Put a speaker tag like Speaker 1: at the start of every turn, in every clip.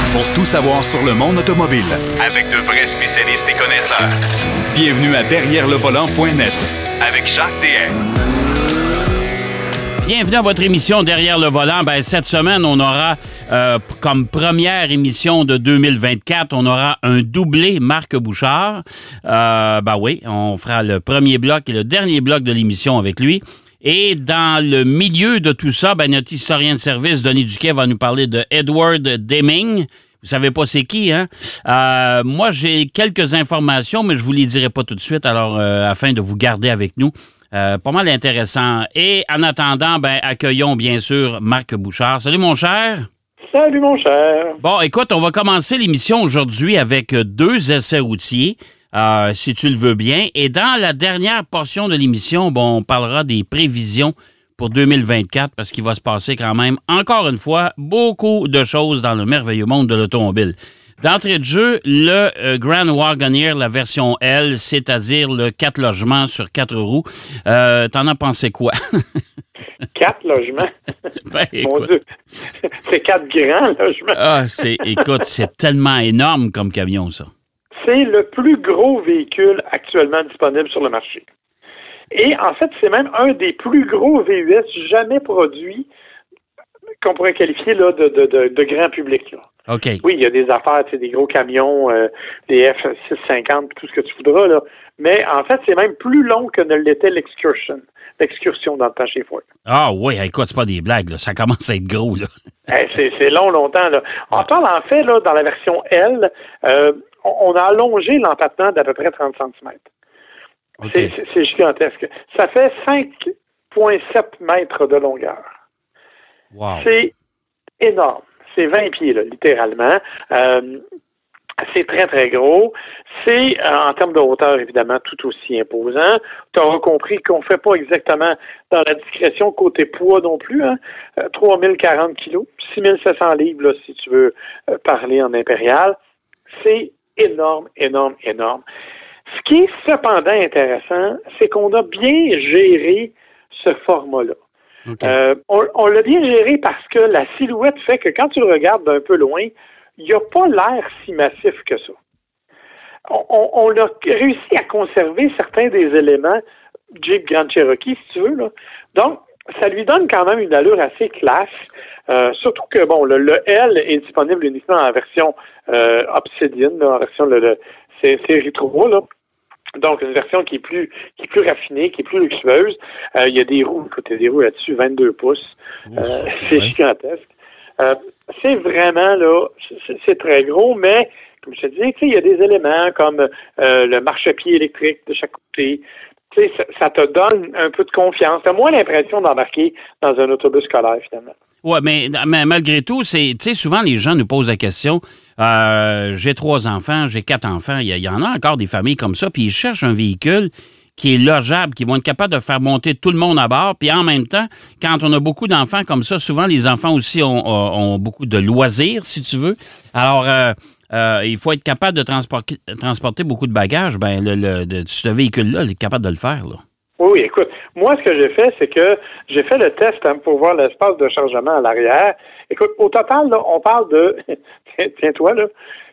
Speaker 1: pour tout savoir sur le monde automobile.
Speaker 2: Avec de vrais spécialistes et connaisseurs.
Speaker 1: Bienvenue à DerrièreLeVolant.net avec Jacques DM.
Speaker 3: Bienvenue à votre émission Derrière le volant. Cette semaine, on aura comme première émission de 2024, on aura un doublé Marc Bouchard. Oui, on fera le premier bloc et le dernier bloc de l'émission avec lui. Et dans le milieu de tout ça, notre historien de service, Denis Duquet, va nous parler de Edward Deming. Vous savez pas c'est qui, hein? Moi, j'ai quelques informations, mais je vous les dirai pas tout de suite, alors afin de vous garder avec nous. Pas mal intéressant. Et en attendant, accueillons bien sûr Marc Bouchard. Salut mon cher.
Speaker 4: Salut mon cher.
Speaker 3: Bon, écoute, on va commencer l'émission aujourd'hui avec 2 essais routiers, si tu le veux bien. Et dans la dernière portion de l'émission, on parlera des prévisions pour 2024 parce qu'il va se passer quand même, encore une fois, beaucoup de choses dans le merveilleux monde de l'automobile. D'entrée de jeu, le Grand Wagoneer, la version L, c'est-à-dire le 4 logements sur 4 roues. T'en as pensé quoi?
Speaker 4: 4 logements? Mon Dieu, c'est 4 grands logements.
Speaker 3: Écoute, c'est tellement énorme comme camion, ça.
Speaker 4: C'est le plus gros véhicule actuellement disponible sur le marché. Et en fait, c'est même un des plus gros VUS jamais produits qu'on pourrait qualifier là, de grand public. Là.
Speaker 3: OK.
Speaker 4: Oui, il y a des affaires, des gros camions, des F650, tout ce que tu voudras, là. Mais en fait, c'est même plus long que ne l'était l'excursion dans le temps chez Ford.
Speaker 3: Ah oui, écoute, c'est pas des blagues, là. Ça commence à être gros, là.
Speaker 4: C'est longtemps, là. On parle en fait, là, dans la version L, on a allongé l'empattement d'à peu près 30 cm. Okay. C'est gigantesque. Ça fait 5,7 mètres de longueur.
Speaker 3: Wow.
Speaker 4: C'est énorme. C'est 20 pieds, là, littéralement. C'est très, très gros. C'est, en termes de hauteur, évidemment, tout aussi imposant. Tu auras compris qu'on ne fait pas exactement dans la discrétion côté poids non plus. 3040 kilos, 6700 livres, là, si tu veux parler en impérial. C'est énorme, énorme, énorme. Ce qui est cependant intéressant, c'est qu'on a bien géré ce format-là. Okay. On l'a bien géré parce que la silhouette fait que quand tu le regardes d'un peu loin, il n'y a pas l'air si massif que ça. On a réussi à conserver certains des éléments Jeep Grand Cherokee, si tu veux, là. Donc, ça lui donne quand même une allure assez classe. Surtout que, le L est disponible uniquement en version Obsidian, là, en version série 3, là. Donc, une version qui est plus raffinée, qui est plus luxueuse. Il y a des roues, écoutez, des roues là-dessus, 22 pouces. C'est gigantesque. C'est vraiment, là, c'est très gros, mais, comme je te disais, il y a des éléments comme le marchepied électrique de chaque côté. Ça te donne un peu de confiance. Tu as moins l'impression d'embarquer dans un autobus scolaire, finalement.
Speaker 3: Oui, mais malgré tout, souvent les gens nous posent la question, j'ai 3 enfants, j'ai 4 enfants, il y en a encore des familles comme ça, puis ils cherchent un véhicule qui est logeable, qui vont être capables de faire monter tout le monde à bord, puis en même temps, quand on a beaucoup d'enfants comme ça, souvent les enfants aussi ont beaucoup de loisirs, si tu veux. Alors, il faut être capable de transporter beaucoup de bagages. Ce véhicule-là, il est capable de le faire, là.
Speaker 4: Oui, écoute, moi, ce que j'ai fait, c'est que j'ai fait le test pour voir l'espace de chargement à l'arrière. Écoute, au total, là, on parle de, tiens-toi, là,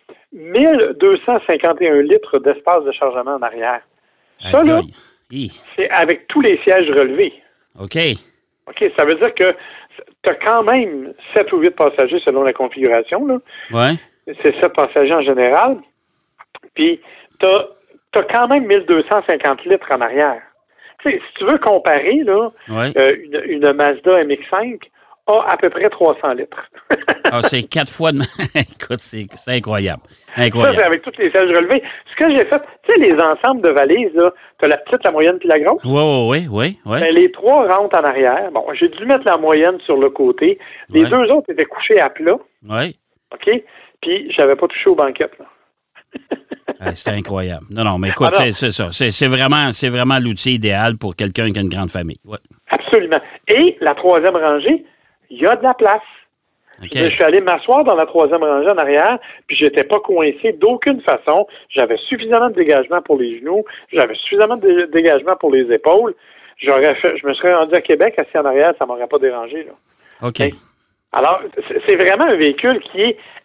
Speaker 4: 1251 litres d'espace de chargement en arrière. Ça, là, c'est avec tous les sièges relevés.
Speaker 3: OK.
Speaker 4: OK, ça veut dire que tu as quand même 7 ou 8 passagers selon la configuration, là.
Speaker 3: Ouais.
Speaker 4: C'est 7 passagers en général. Puis, tu as quand même 1250 litres en arrière. Si tu veux comparer, là, une Mazda MX-5 a à peu près 300 litres.
Speaker 3: C'est 4 fois de... Écoute, c'est incroyable.
Speaker 4: Ça, c'est avec tous les sièges relevés. Ce que j'ai fait, tu sais, les ensembles de valises, là, tu as la petite, la moyenne puis la grosse.
Speaker 3: Oui.
Speaker 4: Les 3 rentrent en arrière. Bon, j'ai dû mettre la moyenne sur le côté. Les 2 autres étaient couchés à plat.
Speaker 3: Oui.
Speaker 4: OK? Puis, j'avais pas touché aux banquettes, là.
Speaker 3: C'est incroyable. Non, mais écoute, c'est ça. C'est vraiment l'outil idéal pour quelqu'un qui a une grande famille. Ouais.
Speaker 4: Absolument. Et la 3e rangée, il y a de la place.
Speaker 3: Okay.
Speaker 4: Je suis allé m'asseoir dans la 3e rangée en arrière, puis j'étais pas coincé d'aucune façon. J'avais suffisamment de dégagement pour les genoux, j'avais suffisamment de dégagement pour les épaules. Je me serais rendu à Québec assis en arrière, ça m'aurait pas dérangé, là.
Speaker 3: OK.
Speaker 4: Alors, c'est vraiment un véhicule qui est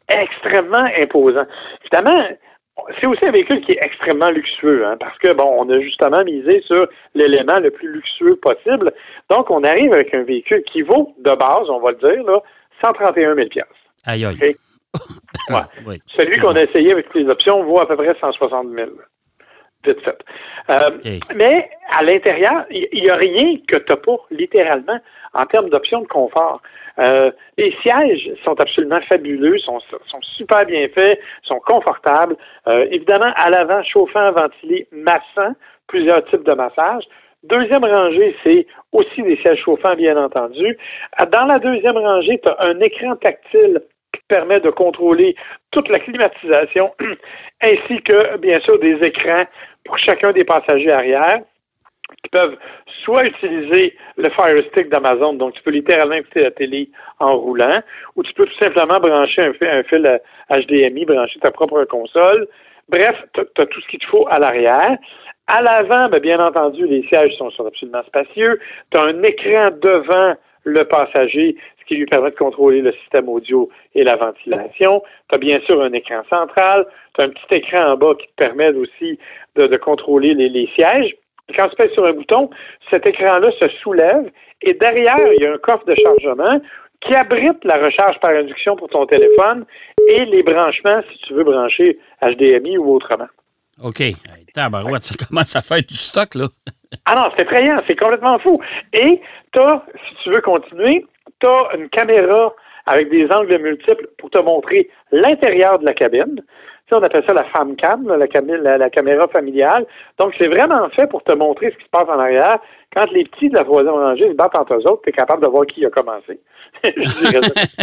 Speaker 4: extrêmement imposant. Évidemment, c'est aussi un véhicule qui est extrêmement luxueux, hein, parce que, bon, on a justement misé sur l'élément le plus luxueux possible. Donc, on arrive avec un véhicule qui vaut, de base, on va le dire, là, 131 000 $.
Speaker 3: Aïe, aïe.
Speaker 4: Okay? Ouais.
Speaker 3: Oui.
Speaker 4: Celui qu'on a essayé avec toutes les options vaut à peu près 160 000. Vite fait.
Speaker 3: Okay.
Speaker 4: Mais à l'intérieur, il n'y a rien que tu n'as pas, littéralement, en termes d'options de confort. Les sièges sont absolument fabuleux, sont super bien faits, sont confortables. Évidemment, à l'avant, chauffant, ventilé, massant, plusieurs types de massages. Deuxième rangée, c'est aussi des sièges chauffants, bien entendu. Dans la deuxième rangée, tu as un écran tactile qui permet de contrôler toute la climatisation, ainsi que, bien sûr, des écrans pour chacun des passagers arrière qui peuvent soit utiliser le Fire Stick d'Amazon, donc tu peux littéralement écouter la télé en roulant, ou tu peux tout simplement brancher un fil HDMI, brancher ta propre console. Bref, tu as tout ce qu'il te faut à l'arrière. À l'avant, bien entendu, les sièges sont absolument spacieux. Tu as un écran devant le passager, ce qui lui permet de contrôler le système audio et la ventilation. Tu as bien sûr un écran central. Tu as un petit écran en bas qui te permet aussi de contrôler les sièges. Quand tu pèses sur un bouton, cet écran-là se soulève et derrière, il y a un coffre de chargement qui abrite la recharge par induction pour ton téléphone et les branchements si tu veux brancher HDMI ou autrement.
Speaker 3: OK. Tabarouette, ça commence à faire du stock, là.
Speaker 4: Ah non, c'est effrayant, c'est complètement fou. Et tu as, si tu veux continuer, tu as une caméra avec des angles multiples pour te montrer l'intérieur de la cabine. Tu sais, on appelle ça la FamCam, la caméra familiale. Donc, c'est vraiment fait pour te montrer ce qui se passe en arrière. Quand les petits de la troisième rangée se battent entre eux autres, tu es capable de voir qui a commencé. Je dirais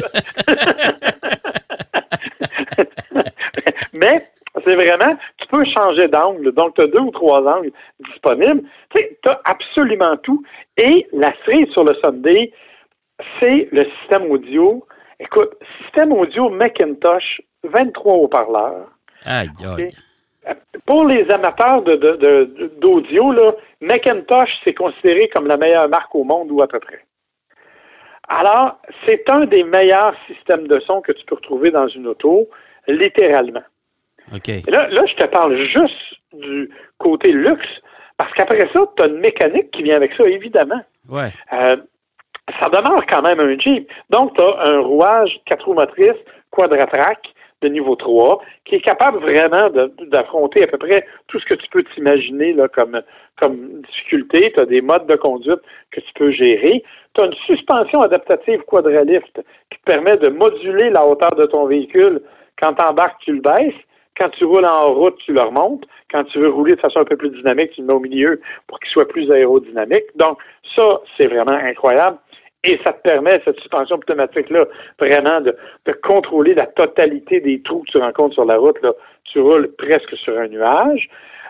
Speaker 4: ça. Mais, c'est vraiment, tu peux changer d'angle. Donc, tu as 2 ou 3 angles disponibles. Tu sais, tu as absolument tout. Et la cerise sur le Sunday, c'est le système audio. Écoute, système audio Macintosh, 23 haut-parleurs.
Speaker 3: Aïe, aïe.
Speaker 4: Okay. Pour les amateurs d'audio, là, Macintosh, c'est considéré comme la meilleure marque au monde ou à peu près. Alors, c'est un des meilleurs systèmes de son que tu peux retrouver dans une auto, littéralement.
Speaker 3: OK.
Speaker 4: Et là, je te parle juste du côté luxe, parce qu'après ça, tu as une mécanique qui vient avec ça, évidemment.
Speaker 3: Ouais.
Speaker 4: Ça demeure quand même un Jeep. Donc, tu as un rouage 4 roues motrices, quadratrac, de niveau 3, qui est capable vraiment d'affronter à peu près tout ce que tu peux t'imaginer là, comme difficulté. Tu as des modes de conduite que tu peux gérer. Tu as une suspension adaptative quadralift qui te permet de moduler la hauteur de ton véhicule. Quand tu embarques, tu le baisses. Quand tu roules en route, tu le remontes. Quand tu veux rouler de façon un peu plus dynamique, tu le mets au milieu pour qu'il soit plus aérodynamique. Donc, ça, c'est vraiment incroyable. Et ça te permet, cette suspension pneumatique-là, vraiment de contrôler la totalité des trous que tu rencontres sur la route. Là. Tu roules presque sur un nuage.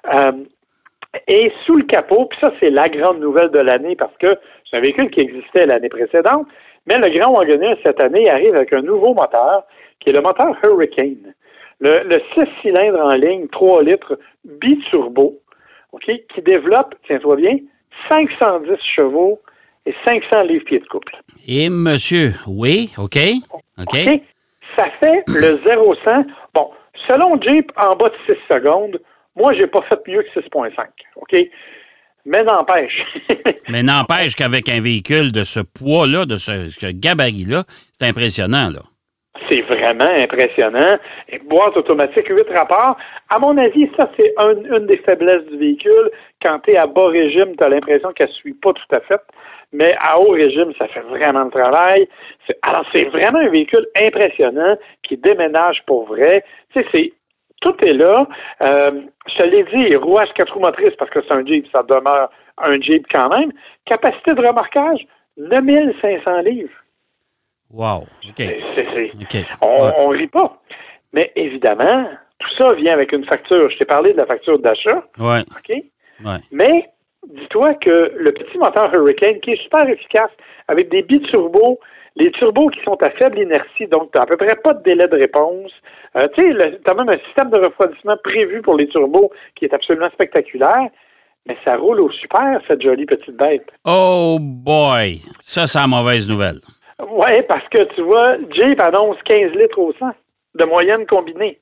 Speaker 4: Et sous le capot, puis ça, c'est la grande nouvelle de l'année parce que c'est un véhicule qui existait l'année précédente, mais le Grand Wagoneer, cette année, arrive avec un nouveau moteur, qui est le moteur Hurricane. Le 6 cylindres en ligne, 3 litres, biturbo, OK, qui développe, tiens-toi bien, 510 chevaux et 500 livres-pieds de couple.
Speaker 3: Et monsieur, oui, OK.
Speaker 4: OK. Ça fait le 0-100. Bon, selon Jeep, en bas de 6 secondes, moi, j'ai pas fait mieux que 6,5. OK? Mais n'empêche.
Speaker 3: Mais n'empêche qu'avec un véhicule de ce poids-là, de ce gabarit-là, c'est impressionnant, là. C'est
Speaker 4: vraiment impressionnant. Et boîte automatique, 8 rapports. À mon avis, ça, c'est une des faiblesses du véhicule. Quand tu es à bas régime, tu as l'impression qu'elle ne suit pas tout à fait. Mais à haut régime, ça fait vraiment le travail. Alors, c'est vraiment un véhicule impressionnant qui déménage pour vrai. Tu sais, tout est là. Je te l'ai dit, rouage 4 roues motrices, parce que c'est un Jeep, ça demeure un Jeep quand même. Capacité de remorquage, 9500 livres.
Speaker 3: Wow. OK.
Speaker 4: Okay. On rit pas. Mais évidemment, tout ça vient avec une facture. Je t'ai parlé de la facture d'achat.
Speaker 3: Ouais.
Speaker 4: OK?
Speaker 3: Ouais.
Speaker 4: Mais dis-toi que le petit moteur Hurricane, qui est super efficace, avec des biturbos, les turbos qui sont à faible inertie, donc tu n'as à peu près pas de délai de réponse. Tu sais, tu as même un système de refroidissement prévu pour les turbos qui est absolument spectaculaire. Mais ça roule au super, cette jolie petite bête.
Speaker 3: Oh boy! Ça, c'est la mauvaise nouvelle.
Speaker 4: Oui, parce que tu vois, Jeep annonce 15 litres au 100. de moyenne combinée.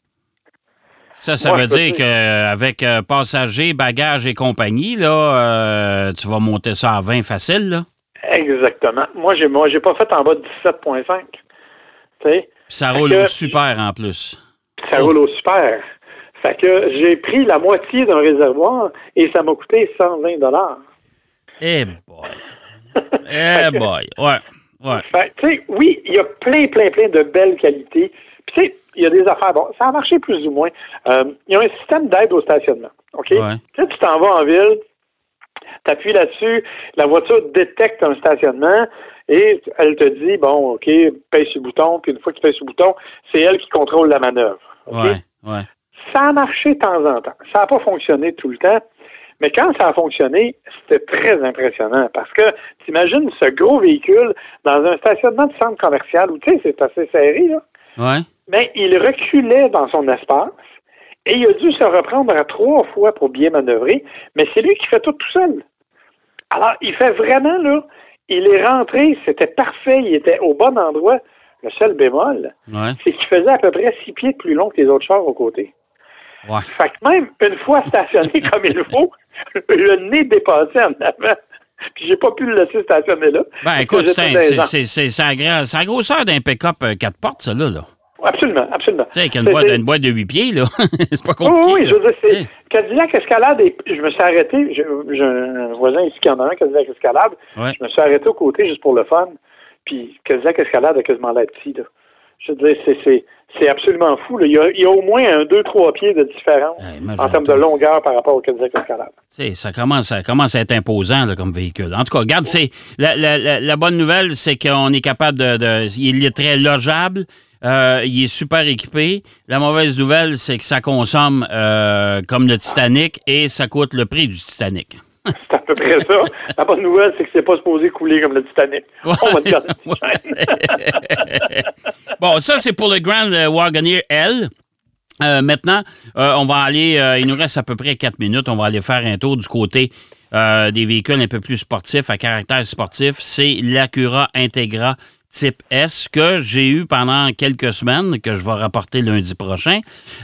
Speaker 3: Ça veut dire qu'avec passagers, bagages et compagnie, là, tu vas monter ça à 20 facile, là?
Speaker 4: Exactement. Moi, j'ai pas fait en bas de 17,5. Tu sais?
Speaker 3: Ça roule au super en plus.
Speaker 4: Ça roule au super. Fait que j'ai pris la moitié d'un réservoir et ça m'a coûté 120 $.
Speaker 3: Eh boy. Eh boy. Ouais.
Speaker 4: Fait, tu sais, oui, il y a plein de belles qualités. Puis tu sais, il y a des affaires. Bon, ça a marché plus ou moins. Il y a un système d'aide au stationnement. OK?
Speaker 3: Ouais.
Speaker 4: Tu t'en vas en ville, tu appuies là-dessus, la voiture détecte un stationnement et elle te dit, bon, OK, pèse sur le bouton, puis une fois que tu pèses sur le bouton, c'est elle qui contrôle la manœuvre. Okay?
Speaker 3: Ouais.
Speaker 4: Ça a marché de temps en temps. Ça n'a pas fonctionné tout le temps. Mais quand ça a fonctionné, c'était très impressionnant parce que t'imagines ce gros véhicule dans un stationnement de centre commercial où, tu sais, c'est assez serré, là.
Speaker 3: Ouais.
Speaker 4: Mais il reculait dans son espace et il a dû se reprendre à 3 fois pour bien manœuvrer, mais c'est lui qui fait tout seul. Alors, il fait vraiment, là, il est rentré, c'était parfait, il était au bon endroit. Le seul bémol, c'est qu'il faisait à peu près 6 pieds de plus long que les autres chars aux côtés.
Speaker 3: Ouais.
Speaker 4: Fait que même une fois stationné comme il faut, le nez dépassait en avant. Puis j'ai pas pu le laisser stationner là.
Speaker 3: Ben écoute, c'est la grosseur d'un pick-up 4 portes, ça là.
Speaker 4: Absolument.
Speaker 3: Tu sais, avec une boîte de 8 pieds, là. C'est pas compliqué.
Speaker 4: Oui, je veux dire, c'est Cadillac Escalade, et je me suis arrêté, j'ai un voisin ici qui en a un, Cadillac Escalade.
Speaker 3: Ouais.
Speaker 4: Je me suis arrêté au côté juste pour le fun. Puis Cadillac Escalade a quasiment l'air petit, là. Je veux dire, c'est absolument fou, là. Il y a au moins 2-3 pieds de différence en termes de longueur par rapport au Cadillac Escalade.
Speaker 3: Tu sais, ça commence à être imposant là, comme véhicule. En tout cas, regarde, c'est la bonne nouvelle, c'est qu'on est capable il est très logeable, il est super équipé. La mauvaise nouvelle, c'est que ça consomme comme le Titanic et ça coûte le prix du Titanic.
Speaker 4: C'est à peu près ça. La bonne nouvelle, c'est que c'est pas supposé couler comme le Titanic.
Speaker 3: Ouais.
Speaker 4: On va te garder.
Speaker 3: Bon, ça, c'est pour le Grand Wagoneer L. Maintenant, on va aller, il nous reste à peu près 4 minutes, on va aller faire un tour du côté des véhicules un peu plus sportifs, à caractère sportif. C'est l'Acura Integra Type S que j'ai eu pendant quelques semaines, que je vais rapporter lundi prochain,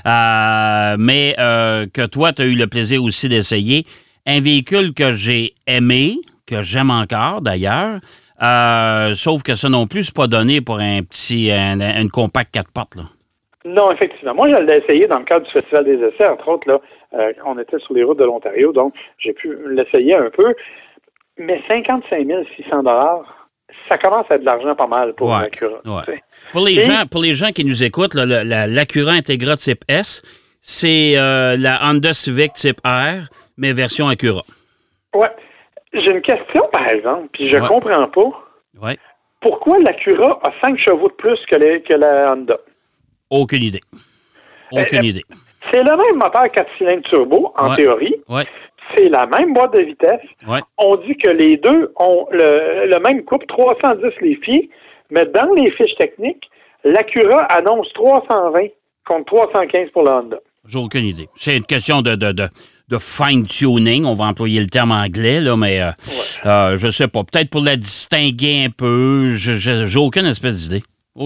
Speaker 3: mais que toi, tu as eu le plaisir aussi d'essayer. Un véhicule que j'ai aimé, que j'aime encore d'ailleurs, sauf que ça non plus, c'est pas donné pour une compact 4 portes, là.
Speaker 4: Non, effectivement. Moi, je l'ai essayé dans le cadre du Festival des essais, entre autres, là. On était sur les routes de l'Ontario, donc j'ai pu l'essayer un peu. Mais 55 600 $, ça commence à être de l'argent pas mal pour l'Acura.
Speaker 3: Ouais. Pour les gens qui nous écoutent, l'Acura Integra Type S, c'est la Honda Civic Type R, mais version Acura. Oui.
Speaker 4: J'ai une question, par exemple, puis je comprends pas.
Speaker 3: Ouais.
Speaker 4: Pourquoi l'Acura a 5 chevaux de plus que la Honda?
Speaker 3: Aucune idée. Idée.
Speaker 4: C'est le même moteur 4 cylindres turbo, en théorie.
Speaker 3: Ouais.
Speaker 4: C'est la même boîte de vitesse.
Speaker 3: Ouais.
Speaker 4: On dit que les deux ont le même couple, 310 les pieds, mais dans les fiches techniques, l'Acura annonce 320 contre 315 pour la Honda.
Speaker 3: J'ai aucune idée. C'est une question de fine-tuning, on va employer le terme anglais, là, mais je sais pas. Peut-être pour la distinguer un peu, j'ai aucune espèce d'idée.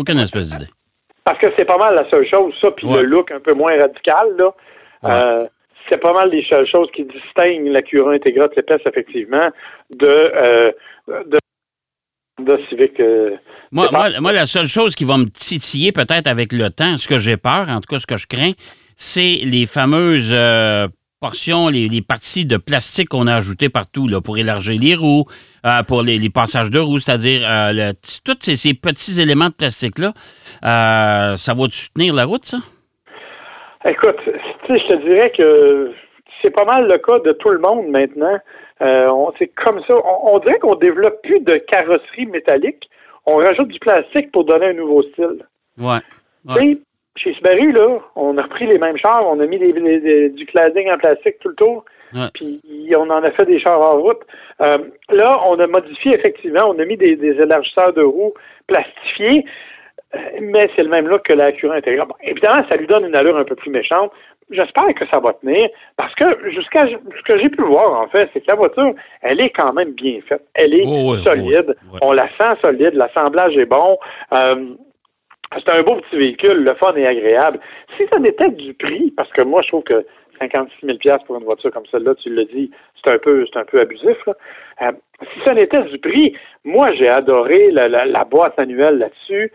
Speaker 4: Parce que c'est pas mal la seule chose, ça, puis le look un peu moins radical, là. C'est pas mal les seules choses qui distinguent l'Acura Integra Type S, effectivement, de Civic.
Speaker 3: Moi, la seule chose qui va me titiller peut-être avec le temps, ce que j'ai peur, en tout cas ce que je crains, c'est les fameuses portions, les parties de plastique qu'on a ajoutées partout là, pour élargir les roues, pour les passages de roues, c'est-à-dire tous ces petits éléments de plastique-là. Ça va-tu tenir la route, ça?
Speaker 4: Écoute, je te dirais que c'est pas mal le cas de tout le monde maintenant. C'est comme ça. On dirait qu'on développe plus de carrosserie métallique. On rajoute du plastique pour donner un nouveau style.
Speaker 3: Ouais.
Speaker 4: Tu sais, chez Subaru, là, on a repris les mêmes chars, on a mis du cladding en plastique tout le tour, puis on en a fait des chars en route. Là, on a modifié, effectivement, on a mis des élargisseurs de roues plastifiés, mais c'est le même look que la Acura Integra. Bon, évidemment, ça lui donne une allure un peu plus méchante. J'espère que ça va tenir, parce que jusqu'à ce que j'ai pu voir, en fait, c'est que la voiture, elle est quand même bien faite. Elle est solide. On la sent solide, l'assemblage est bon. c'est un beau petit véhicule, le fun et agréable. Si ça n'était du prix, parce que moi, je trouve que 56 000 pour une voiture comme celle-là, tu l'as dit, c'est un peu abusif, là. Si ça n'était du prix, moi, j'ai adoré la boîte manuelle là-dessus.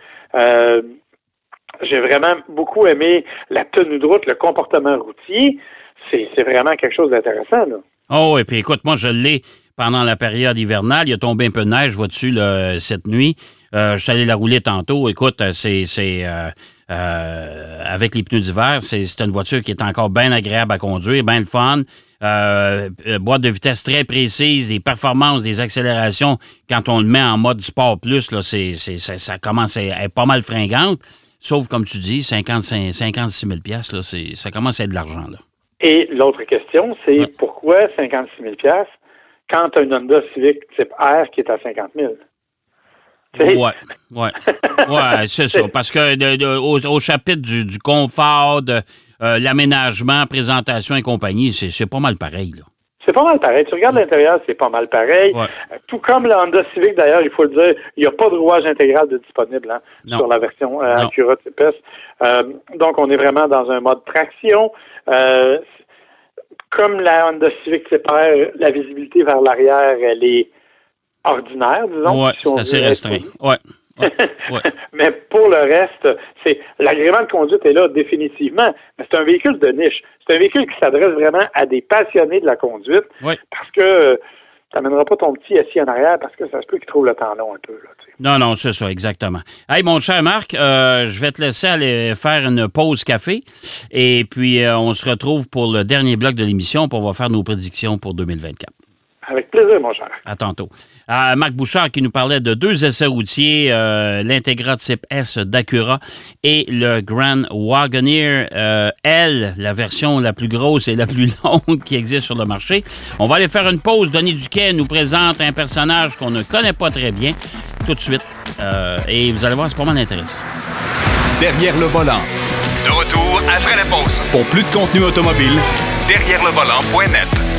Speaker 4: J'ai vraiment beaucoup aimé la tenue de route, le comportement routier. C'est vraiment quelque chose d'intéressant, là.
Speaker 3: Oh, et puis écoute, moi, je l'ai pendant la période hivernale. Il a tombé un peu de neige, je vois dessus cette nuit. Je suis allé la rouler tantôt. Écoute, avec les pneus d'hiver, c'est une voiture qui est encore bien agréable à conduire, bien le fun. Boîte de vitesse très précise, les performances, des accélérations, quand on le met en mode sport plus, là, ça commence à être pas mal fringante. Sauf, comme tu dis, 56 000 là, ça commence à être de l'argent, là.
Speaker 4: Et l'autre question, c'est pourquoi 56 000 quand tu as une Honda Civic type R qui est à 50 000?
Speaker 3: Ouais, c'est ça. Parce que au chapitre du confort, de l'aménagement, présentation et compagnie, c'est pas mal pareil, là.
Speaker 4: C'est pas mal pareil. Tu regardes l'intérieur, c'est pas mal pareil. Ouais. Tout comme la Honda Civic, d'ailleurs, il faut le dire, il n'y a pas de rouage intégral de disponible sur la version Acura Type S. Donc, on est vraiment dans un mode traction. Comme la Honda Civic Type R, la visibilité vers l'arrière, elle est ordinaire, disons.
Speaker 3: Oui, c'est assez restreint. Ouais.
Speaker 4: Mais pour le reste, l'agrément de conduite est là définitivement. Mais c'est un véhicule de niche. C'est un véhicule qui s'adresse vraiment à des passionnés de la conduite.
Speaker 3: Oui.
Speaker 4: Parce que tu n'amèneras pas ton petit assis en arrière parce que ça se peut qu'il trouve le temps long un peu. Là,
Speaker 3: Non, c'est ça, exactement. Hey, mon cher Marc, je vais te laisser aller faire une pause café. Et puis, on se retrouve pour le dernier bloc de l'émission. Puis on va faire nos prédictions pour 2024.
Speaker 4: Avec plaisir, mon cher.
Speaker 3: À tantôt. Marc Bouchard qui nous parlait de 2 essais routiers, l'Integra Type S d'Acura et le Grand Wagoneer L, la version la plus grosse et la plus longue qui existe sur le marché. On va aller faire une pause. Denis Duquet nous présente un personnage qu'on ne connaît pas très bien tout de suite. Et vous allez voir, c'est pas mal intéressant.
Speaker 1: Derrière le volant.
Speaker 2: De retour après la pause.
Speaker 1: Pour plus de contenu automobile,
Speaker 2: derrière le volant.net.